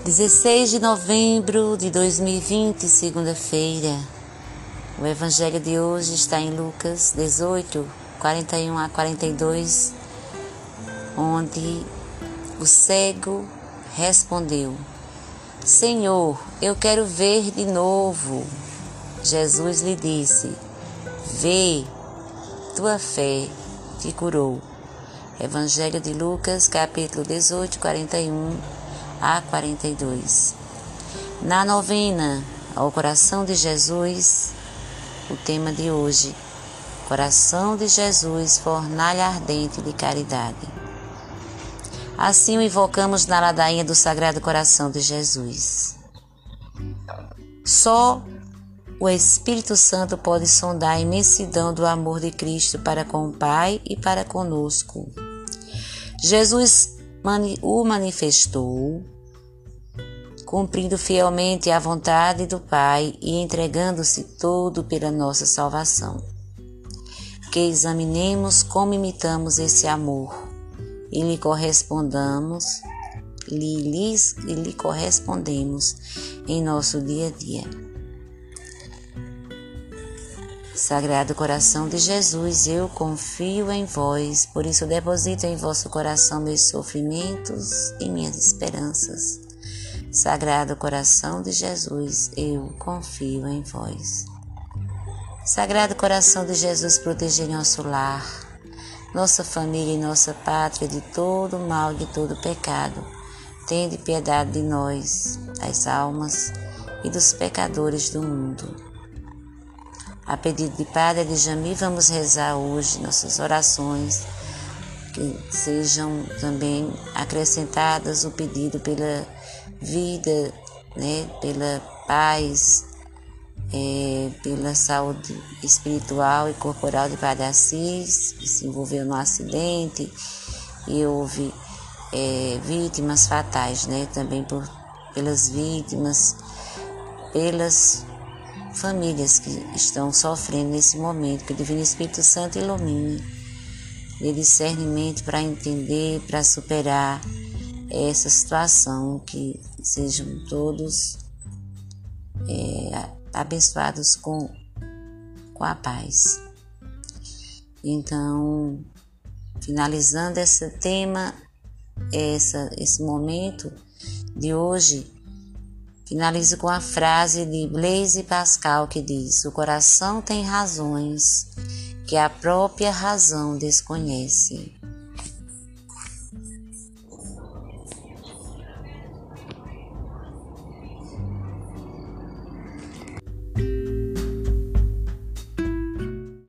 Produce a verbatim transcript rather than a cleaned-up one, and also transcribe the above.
dezesseis de novembro de dois mil e vinte, segunda-feira. O evangelho de hoje está em Lucas dezoito, quarenta e um a quarenta e dois, onde o cego respondeu: Senhor, eu quero ver de novo. Jesus lhe disse: Vê, tua fé te curou. Evangelho de Lucas, capítulo dezoito, quarenta e um a quarenta e dois. Na novena ao coração de Jesus, o tema de hoje: Coração de Jesus, fornalha ardente de caridade. Assim o invocamos na ladainha do Sagrado Coração de Jesus. Só o Espírito Santo pode sondar a imensidão do amor de Cristo para com o Pai e para conosco. Jesus o manifestou, cumprindo fielmente a vontade do Pai e entregando-se todo pela nossa salvação. Que examinemos como imitamos esse amor e lhe correspondamos, lhe, lhe, lhe correspondemos em nosso dia a dia. Sagrado Coração de Jesus, eu confio em vós, por isso deposito em vosso coração meus sofrimentos e minhas esperanças. Sagrado Coração de Jesus, eu confio em vós. Sagrado Coração de Jesus, protegei nosso lar, nossa família e nossa pátria de todo mal e de todo pecado. Tende piedade de nós, das almas e dos pecadores do mundo. A pedido de Padre Adjamir, vamos rezar hoje nossas orações, que sejam também acrescentadas o pedido pela vida, né, pela paz, é, pela saúde espiritual e corporal de Padre Assis, que se envolveu no acidente e houve é, vítimas fatais, né, também por, pelas vítimas, pelas famílias que estão sofrendo nesse momento, que o Divino Espírito Santo ilumine, dê discernimento para entender, para superar essa situação, que sejam todos é, abençoados com, com a paz. Então, finalizando esse tema, essa, esse momento de hoje, finalizo com a frase de Blaise Pascal que diz: o coração tem razões que a própria razão desconhece.